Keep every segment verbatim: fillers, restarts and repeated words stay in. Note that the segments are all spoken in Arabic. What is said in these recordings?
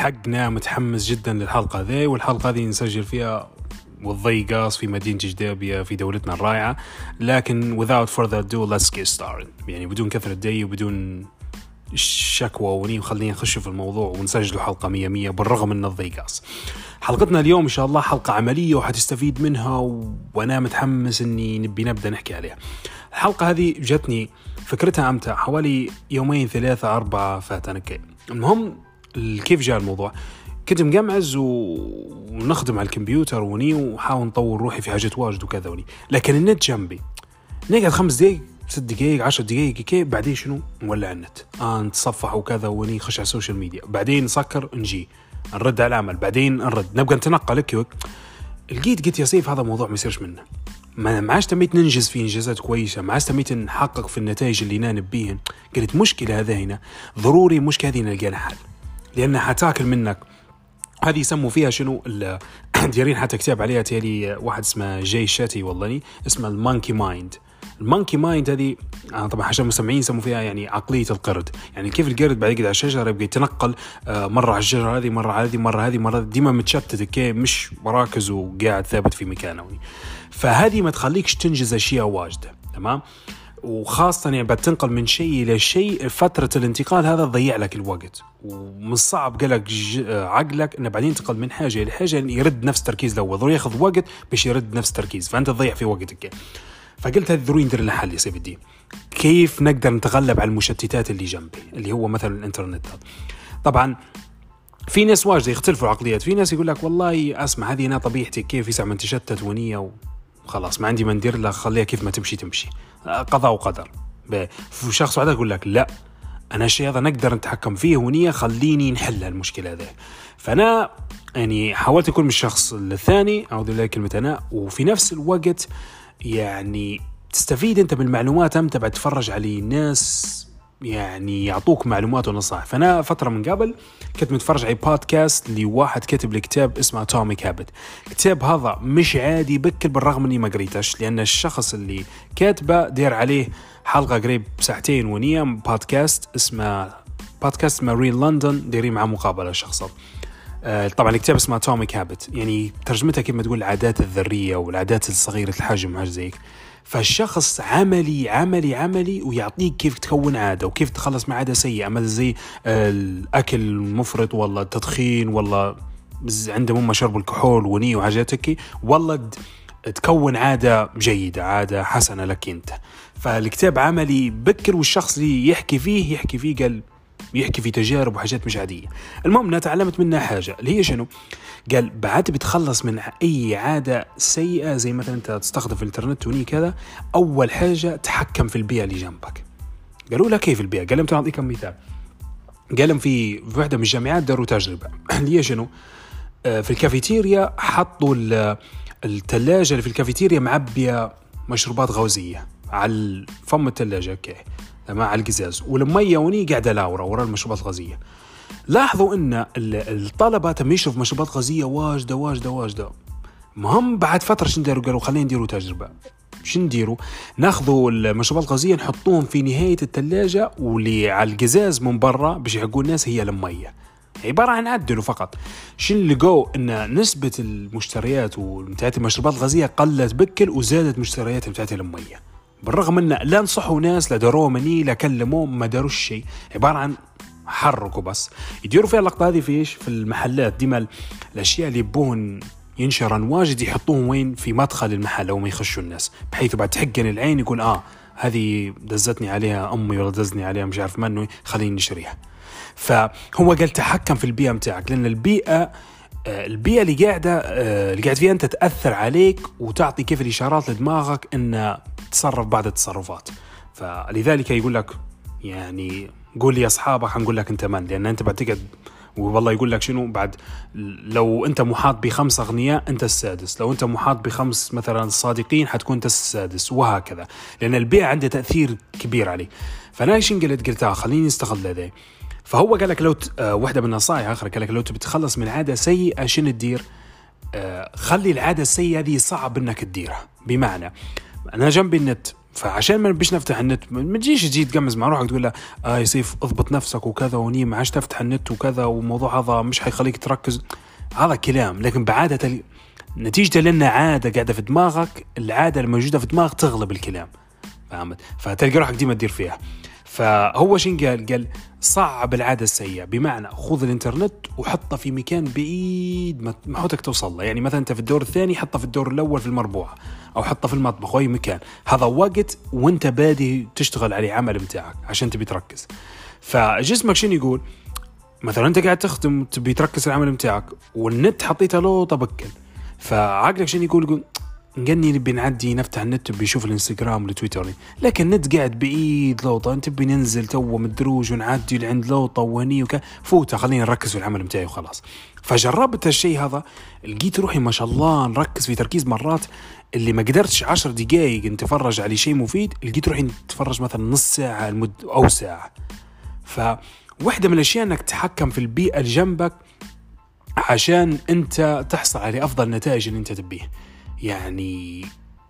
لحقنا متحمس جدا للحلقة ذي، والحلقة هذه نسجل فيها والضي قاص في مدينة جدابية في دولتنا الرائعة. لكن without further ado let's get started، يعني بدون كثرة دي وبدون شكوى وني، وخلينا نخش في الموضوع ونسجل حلقة مية مية بالرغم من الضي قاص. حلقتنا اليوم إن شاء الله حلقة عملية وحتستفيد منها، و... وأنا متحمس إني نبي نبدأ نحكي عليها. الحلقة هذه جتني فكرتها أمتى حوالي يومين ثلاثة أربعة فاتنا كي. المهم كيف جاء الموضوع، كنت مجمعز ونخدم على الكمبيوتر وني وحاول نطور روحي في حاجات واجد وكذا وني، لكن النت جنبي نقعد خمس دقايق ست دقايق عشر دقايق كي، بعدين شنو نولع النت آه نتصفح وكذا وني، خش على السوشيال ميديا، بعدين نسكر نجي نرد على العمل، بعدين نرد نبقى نتنقل لك. لقيت قلت يا سيف هذا موضوع ما يصيرش منه، ما ما عادش تميت ننجز فيه إنجازات كويسة، ما عادش تميت نحقق في النتائج اللي نانبيهن. قلت مشكلة هذا هنا ضروري مشكلة هذه نلقى لها حل، لأنها حتاكل منك. هذه يسموا فيها شنو ديارين، حتى كتاب عليها تالي واحد اسمه جاي شاتي والله اسمه المانكي مايند. المانكي مايند هذه طبعا عشان المستمعين يسموا فيها يعني عقلية القرد، يعني كيف القرد بعد يقعد على الشجرة يبقى يتنقل مرة على الشجرة هذه مرة على هذه مرة هذه مرة ديما متشتت كي، مش مراكز وقاعد ثابت في مكانه. فهذه ما تخليكش تنجز أشياء واجدة، تمام؟ وخاصة يعني بتنقل من شيء إلى شيء، فترة الانتقال هذا تضيع لك الوقت، ومن صعب قالك عقلك إنه بعدين ينتقل من حاجة إلى حاجة يرد نفس التركيز الأول، ضروري ياخذ وقت باش يرد نفس التركيز، فأنت تضيع في وقتك. فقلت هذا ضروري ندير لها حل يا سيدي، كيف نقدر نتغلب على المشتتات اللي جنبي اللي هو مثلا الإنترنت. طبعا في ناس واجد يختلفوا العقليات، في ناس يقول لك والله أسمع هذه أنا طبيعتي كيف يسمع من تشتت ونية وخلاص ما عندي ما ندير لها، خليها كيف ما تمشي تمشي، قضاء وقدر. في شخص واحد يقول لك لا أنا الشيء هذا نقدر نتحكم فيه ونية، خليني نحل المشكلة هذه. فأنا يعني حاولت أكون من الشخص الثاني أعوذ بالله كلمة أنا، وفي نفس الوقت يعني تستفيد أنت بالمعلومات أمتى بعد تفرج على ناس يعني يعطوك معلومات ونصائح. فأنا فترة من قبل كنت متفرج على بودكاست لواحد كتب لكتاب اسمه Atomic Habit. كتاب هذا مش عادي بكل بالرغم أني ما قريتش، لأن الشخص اللي كاتبه دير عليه حلقة قريب ساعتين ونية، بودكاست اسمه بودكاست مارين لندن ديري مع مقابلة شخصات. طبعا الكتاب اسمه Atomic Habit، يعني ترجمتها كيف ما تقول العادات الذرية والعادات الصغيرة الحجم حاجة زيك. فالشخص عملي عملي عملي ويعطيك كيف تكون عادة وكيف تخلص من عادة سيئة، مثل زي الأكل المفرط ولا التدخين ولا عندهم هم شرب الكحول وني وحاجاتك، والله تكون عادة جيدة عادة حسنة لك أنت. فالكتاب عملي بكر، والشخص اللي يحكي فيه يحكي فيه قال يحكي في تجارب وحاجات مش عادية. المهم أنا تعلمت منها حاجة اللي هي شنو، قال بعد بتخلص من أي عادة سيئة زي مثلا أنت تستخدم في الإنترنت وني كذا، أول حاجة تحكم في البيئة اللي جنبك. قالوا لا كيف البيئة؟ قال لهم تعطيكم مثال، قال لهم في واحدة من الجامعات داروا تجربة اللي هي شنو، في الكافيتيريا حطوا الثلاجة اللي في الكافيتيريا معبية مشروبات غازية على فم الثلاجة كي مع القزاز، والمية وني قاعدة لاورا ورا المشروبات الغازية. لاحظوا ان الطلبة تم يشرب مشروبات غازية واجدة واجدة واجدة. مهم بعد فترة شن داروا، قالوا خلينا نديروا تجربة. شن نديروا، ناخذوا المشروبات الغازية نحطوهم في نهاية الثلاجة واللي على القزاز من برا باش يحقوا الناس هي المية، عبارة عن عدلوا فقط. شن لقوا ان نسبة المشتريات ومتاعت المشروبات الغازية قلت بكل، وزادت مشتريات متاعت المية، بالرغم ان لا نصحوا ناس لا داروا مني لا كلموا ما داروش شيء، عبارة عن حركوا بس. يديروا فيها اللقطة هذه في إيش؟ في المحلات ديما الأشياء اللي يبون ينشرن واجد يحطوهم وين؟ في مدخل المحل أو ما يخشوا الناس، بحيث بعد تحقن العين يقول آه هذه دزتني عليها أمي ولا دزني عليها مش عارف منه خليني نشريها. فهو قال تحكم في البيئة متاعك، لأن البيئة البيئة اللي قاعدة اللي قاعد فيها أنت تأثر عليك وتعطي كيف الإشارات لدماغك إن تصرف بعض التصرفات. فلذلك يقول لك يعني قول لي أصحابك هنقول لك أنت من، لأن أنت بعد تقعد والله يقول لك شنو بعد، لو أنت محاط بخمس أغنياء أنت السادس، لو أنت محاط بخمس مثلا صادقين حتكون أنت السادس، وهكذا، لأن البيئة عنده تأثير كبير عليه. فأنا إيش قلت قلت آه خليني استغل هذا. فهو قال لك لو ت... آه واحدة من النصائح آخر قال لك لو تبي تتخلص من عادة سيئة شنو تدير، آه خلي العادة السيئة هذه صعب إنك تديرها. بمعنى أنا جنبي النت فعشان ما نبيش نفتح النت، ما تجيش تجي تقمز مع روحك تقول له اه يا سيف اضبط نفسك وكذا وني ما عادش تفتح النت وكذا، والموضوع هذا مش حيخليك تركز. هذا كلام، لكن بعادة ال... نتيجة لأن عادة قاعدة في دماغك، العادة الموجودة في دماغك تغلب الكلام، فهمت؟ فتلقى روحك ديما تدير فيها. فهو شين قال قال صعب العادة السيئة، بمعنى خذ الانترنت وحطه في مكان بعيد ما حوتك توصل له. يعني مثلا انت في الدور الثاني، حطه في الدور الاول في المربوعة، او حطه في المطبخ، اي مكان. هذا وقت وانت بادي تشتغل عليه عمل متاعك عشان تبي تركز. فجسمك شين يقول؟ مثلا انت قاعد تخدم تبي تركز العمل متاعك والنت حطيته له طبكل، فعقلك شين يقول؟ يقول نقني نبي نعدي نفتح النت بيشوف الانستغرام والتويتر، لكن النت قاعد بعيد لوطة، انت بي ننزل تو مدروج ونعدي لعند لوطة وهني وكا فوتة، خليني نركز في العمل متاعي وخلاص. فجربت هالشيء هذا، لقيت روحي ما شاء الله نركز في تركيز مرات اللي ما قدرتش عشر دقائق نتفرج على شيء مفيد، لقيت روحي نتفرج مثلا نص ساعة المد أو ساعة. فواحدة من الأشياء أنك تحكم في البيئة جنبك عشان أنت تحصل على أفضل نتائج اللي أنت تبيه. يعني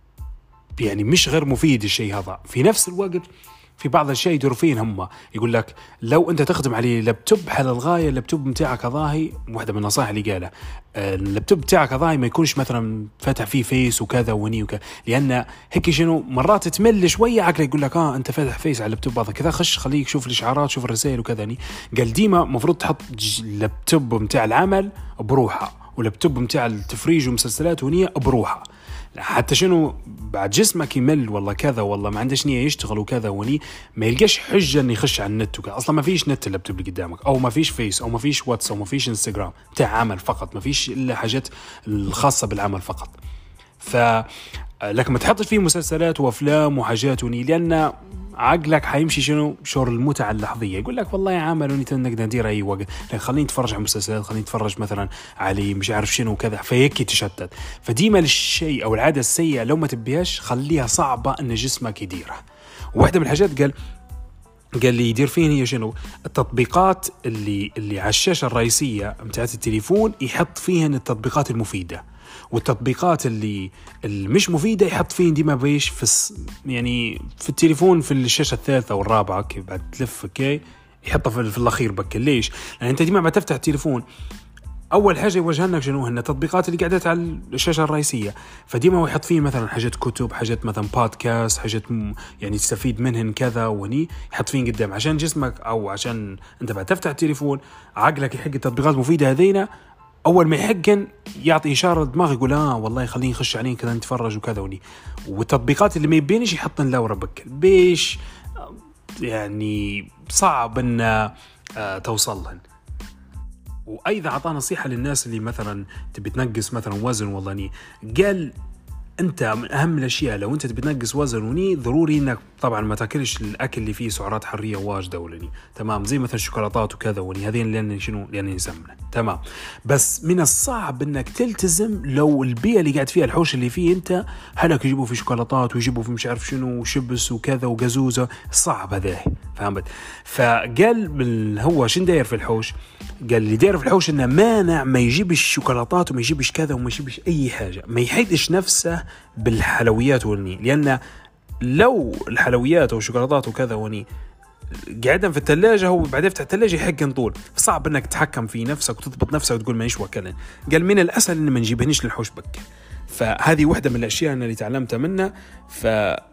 يعني مش غير مفيد الشيء هذا. في نفس الوقت في بعض الشيء يدور فين هم يقول لك لو انت تخدم عليه لابتوب حل الغايه، اللابتوب متاعك ضاهي، واحده من النصائح اللي قالها اللابتوب متاعك ضاهي ما يكونش مثلا فاتح فيه فيس وكذا وني وكذا، لان هيك شنو مرات تمل شويه عقلك يقول لك اه انت فاتح فيس على اللابتوب هذا كذا، خش خليك شوف الاشعارات شوف الرسائل وكذا. قال ديما مفروض تحط اللابتوب متاع العمل بروحه ولابتوب متاع التفريج ومسلسلات ونية بروحه، حتى شنو بعد جسمك يمل والله كذا والله ما عندش نية يشتغل وكذا وني ما يلقاش حجة انه يخش على النت وكذا. اصلا ما فيش نت اللابتوب اللي قدامك، او ما فيش فيس، او ما فيش واتس، او ما فيش انستغرام بتاع عمل فقط، ما فيش الا حاجات الخاصة بالعمل فقط. ف لكن ما تحطش فيه مسلسلات وافلام وحاجات وني، لان عقلك حيمشي شنو شعور المتعة اللحظية، يقول لك والله يا عمل وني نقدر ندير اي وقت، لكن خليني نتفرج على مسلسلات، خليني نتفرج مثلا على مش عارف شنو وكذا، فيك تشتت. فديما الشيء او العادة السيئة لو ما تبيهاش خليها صعبة ان جسمك يديرها. واحدة من الحاجات قال قال لي يدير فين هي شنو التطبيقات اللي اللي على الشاشة الرئيسية متاعت التليفون، يحط فيهن التطبيقات المفيدة، والتطبيقات اللي المش مفيدة يحط فين ديما بيش في يعني في التليفون في الشاشة الثالثة والرابعة كيف بعد تلف كي يحطها في, في الأخير بك. ليش؟ لأن أنت ديما بعد تفتح التليفون أول حاجة يوجه لك شنو هن التطبيقات اللي قاعدة على الشاشة الرئيسية، فديما هو يحط فيه مثلا حاجات كتب، حاجات مثلا بودكاست، حاجات يعني تستفيد منهن كذا وني، يحط فين قدام عشان جسمك أو عشان أنت بعد تفتح التليفون عقلك يحق التطبيقات المفيدة هذينا، أول ما يحقن يعطي إشارة دماغ يقول آه والله خليني نخش عليه كذا نتفرج وكذا وني. والتطبيقات اللي ما يبينش يحطن لا وربك بيش يعني صعب أن آه توصلهن. وأيضا عطانا نصيحة للناس اللي مثلا تبي تنقص مثلا وزن والله ني، قال أنت من أهم الأشياء لو أنت تبي تنقص وزن وني ضروري إنك طبعا ما تاكلش الأكل اللي فيه سعرات حرارية واجدة ولني، تمام، زي مثلا الشوكولاتات وكذا وني، هذين لأن شنو لأن يسمنا، تمام. بس من الصعب إنك تلتزم لو البيئة اللي قاعد فيها الحوش اللي فيه أنت هلك يجيبوا في شوكولاتات ويجيبوا في مش عارف شنو وشبس وكذا وجزوزة، صعب هذا، فهمت؟ فقال هو شن داير في الحوش؟ قال لي داير في الحوش إنه مانع ما يجيبش شوكولاتات وما يجيبش كذا وما يجيبش أي حاجة، ما يحيدش نفسه بالحلويات وني، لأن لو الحلويات والشوكولاتات وكذا وني قاعدا في الثلاجة هو بعد يفتح الثلاجة يحق نطول، صعب انك تتحكم في نفسك وتضبط نفسك وتقول مانيش واكلن. قال من الأسهل ان ما نجيبهنش للحوش بك. فهذه واحدة من الأشياء اللي تعلمتها منها. ف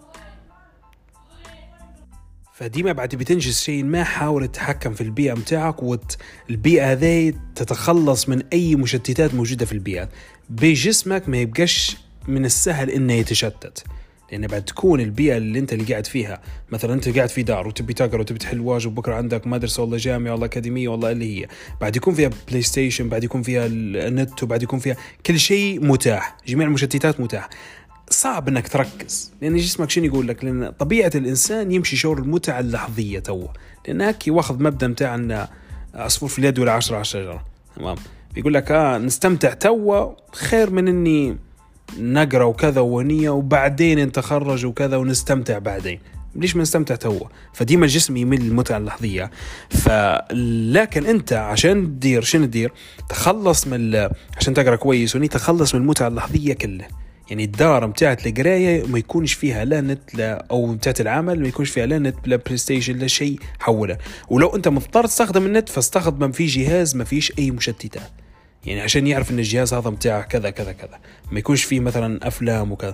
فديما بعد بتنجز شيء ما حاول تتحكم في البيئة متاعك، والبيئة هذه تتخلص من أي مشتتات موجودة في البيئة بجسمك، ما يبقاش من السهل إنه يتشتت، لأن بعد تكون البيئة اللي أنت اللي قاعد فيها مثلا أنت قاعد في دار وتبي تقرأ وتبي تحل واجب، بكرة عندك مدرسة ولا جامعة ولا أكاديمية ولا اللي هي، بعد يكون فيها بلاي ستيشن، بعد يكون فيها النت، وبعد يكون فيها كل شيء متاح، جميع المشتتات متاح، صعب انك تركز، لان جسمك شنو يقول لك؟ لان طبيعه الانسان يمشي شعور المتعه اللحظيه تو، لانك واخذ مبدا متاع ان عصفور في اليد ولا عشرة على الشجره، تمام؟ بيقول لك اه نستمتع تو خير من اني نقرا وكذا ونيه وبعدين نتخرج وكذا ونستمتع بعدين، ليش ما نستمتع تو؟ فديما الجسم يميل للمتعه اللحظيه. فلكن انت عشان تدير شنو تدير؟ تخلص من عشان تقرا كويس وني تخلص من المتعه اللحظيه كله، يعني الدار متاعت القراية ما يكونش فيها لا نت لا أو متاعت العمل ما يكونش فيها لا نت لا بلاي ستيشن لا شيء حوله. ولو أنت مضطر تستخدم النت فاستخدم في جهاز ما فيش أي مشتتات، يعني عشان يعرف إن الجهاز هذا متاع كذا كذا كذا، ما يكونش فيه مثلا أفلام وكذا.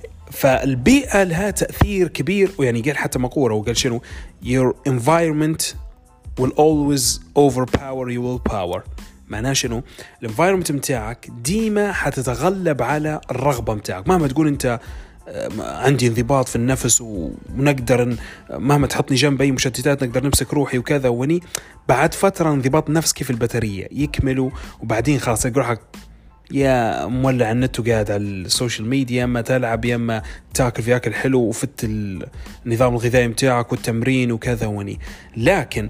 فالبيئة لها تأثير كبير. ويعني قال حتى مقولة وقال شنو your environment will always overpower your willpower. معناه شنو؟ الانفايرمنت متاعك ديما حتتغلب على الرغبة متاعك. مهما تقول انت عندي انضباط في النفس ونقدر مهما تحطني جنب اي مشتتات نقدر نمسك روحي وكذا وني، بعد فترة انضباط النفس كيف البطارية يكملوا وبعدين خلاص تلقى روحك يا مولع النت وقاعد على السوشيال ميديا، يا اما تلعب يا اما تاكل في اكل حلو وفت النظام الغذائي متاعك والتمرين وكذا وني. لكن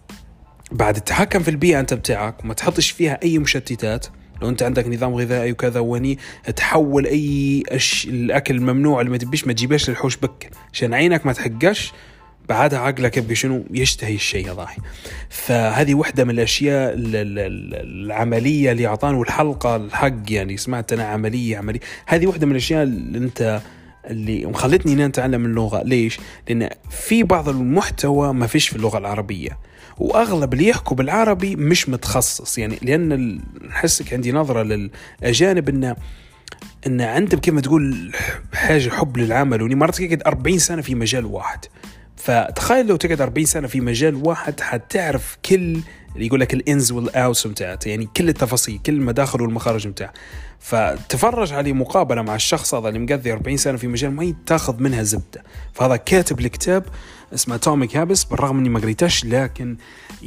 بعد التحكم في البيئة أنت بتاعك وما تحطش فيها أي مشتتات، لو أنت عندك نظام غذائي وكذا وني تحول أي أش... الأكل الممنوع اللي ما تبيش ما تجيبش للحوش بك عشان عينك ما تحقش، بعدها عقلك يبقى شنو يشتهي الشيء ضاحي. فهذه واحدة من الأشياء العملية اللي أعطاني والحلقة الحق يعني سمعت أنا عملية عملية هذه واحدة من الأشياء اللي أنت اللي مخلتني أن أتعلم اللغة. ليش؟ لأن في بعض المحتوى ما فيش في اللغة العربية، وأغلب اللي يحكوا بالعربي مش متخصص، يعني لأن نحسك عندي نظرة للأجانب إن إن عندهم كيف ما تقول حاجة حب للعمل، وني مرات تقعد أربعين سنة في مجال واحد. فتخيل لو تقعد أربعين سنة في مجال واحد حتعرف كل اللي يقول لك الإنز والأوتس متاعته، يعني كل التفاصيل كل المداخل والمخارج متاعه. فتفرج عليه مقابلة مع الشخص هذا اللي مقضي أربعين سنة في مجال ما تاخذ منها زبدة. فهذا كاتب الكتاب اسمه توميك هابس، بالرغم اني ما قريتش لكن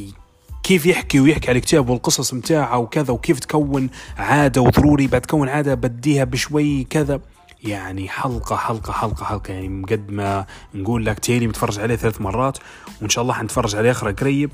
كيف يحكي ويحكي على الكتاب والقصص متاعه وكذا، وكيف تكون عادة وضروري بعد تكون عادة بديها بشوي كذا. يعني حلقة حلقة حلقة حلقة يعني مقد ما نقول لك تيلي متفرج عليه ثلاث مرات وإن شاء الله حنتفرج عليه آخر قريب.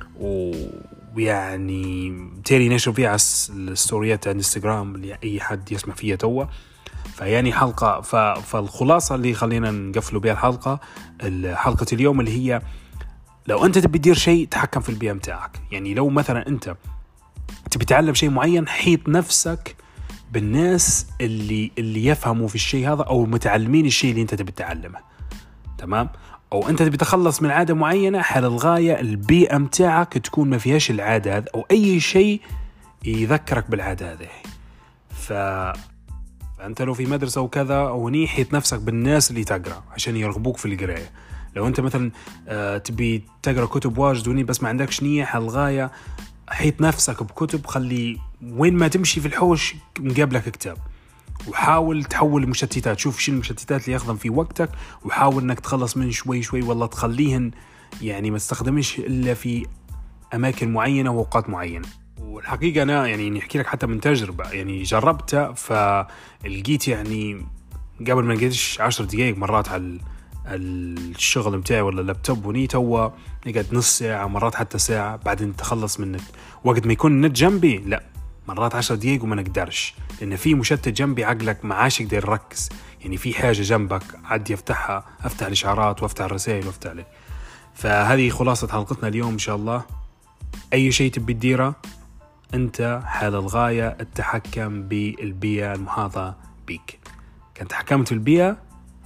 ويعني تيلي نشر فيها على الستوريات على الانستغرام اللي أي حد يسمع فيها توا. فيعني حلقة ف... فالخلاصة اللي خلينا نقفلوا بها الحلقة الحلقة اليوم اللي هي لو أنت تبي تدير شيء تحكم في البيئة متاعك. يعني لو مثلا أنت تبي تعلم شيء معين حيط نفسك بالناس اللي اللي يفهموا في الشيء هذا أو متعلمين الشيء اللي أنت تبي تتعلمه، تمام؟ أو أنت تبي تخلص من عادة معينة، حال الغاية البيئة متاعك تكون ما فيهاش العادة هذا أو أي شيء يذكرك بالعادة هذه. ف فأنت لو في مدرسة وكذا أو نيحيت نفسك بالناس اللي تقرأ عشان يرغبوك في القراية. لو أنت مثلا آه تبي تقرأ كتب واجد وني بس ما عندكش نية، الغاية حيط نفسك بكتب، خلي وين ما تمشي في الحوش مقابلك كتاب، وحاول تحول المشتتات، شوف شو المشتتات اللي يخدم في وقتك وحاول انك تخلص من شوي شوي والله تخليهن يعني ما تستخدمش إلا في أماكن معينة وأوقات معينة. والحقيقة أنا يعني نحكي لك حتى من تجربة يعني جربتها، فلقيت يعني قبل ما نقعدش عشر دقائق مرات على الشغل متاعي ولا اللابتوب ونيت هو نقعد نص ساعة مرات حتى ساعة بعدين تخلص من النت. وقت ما يكون النت جنبي لا مرات عشر دقائق وما نقدرش، لأن في مشتت جنبي عقلك ما عاش يقدر يركز، يعني في حاجة جنبك عادي يفتحها، أفتح الإشعارات وأفتح الرسائل وأفتح عليه. فهذه خلاصة حلقتنا اليوم إن شاء الله. أي شيء تبي تديره أنت حال الغاية التحكم بالبيئة المحاطة بك. كان تحكمت في البيئة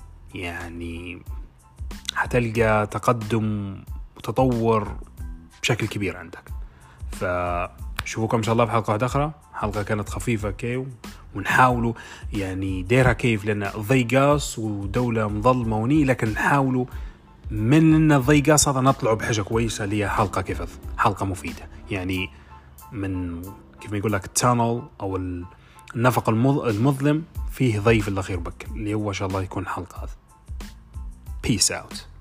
يعني حتلقى تقدم وتطور بشكل كبير عندك. فشوفوكم إن شاء الله بحلقة واحدة أخرى. حلقة كانت خفيفة كي ونحاولوا يعني ديرها كيف، لأن ضيقاس ودولة مظلمة وني، لكن نحاولوا من الضيقاس هذا نطلعوا بحاجة كويسة اللي هي حلقة كيف حلقة مفيدة، يعني من كيف ما يقول لك التانل أو النفق المظلم فيه ضيف الأخير بك اللي هو إن شاء الله يكون حلقة هذا. Peace out.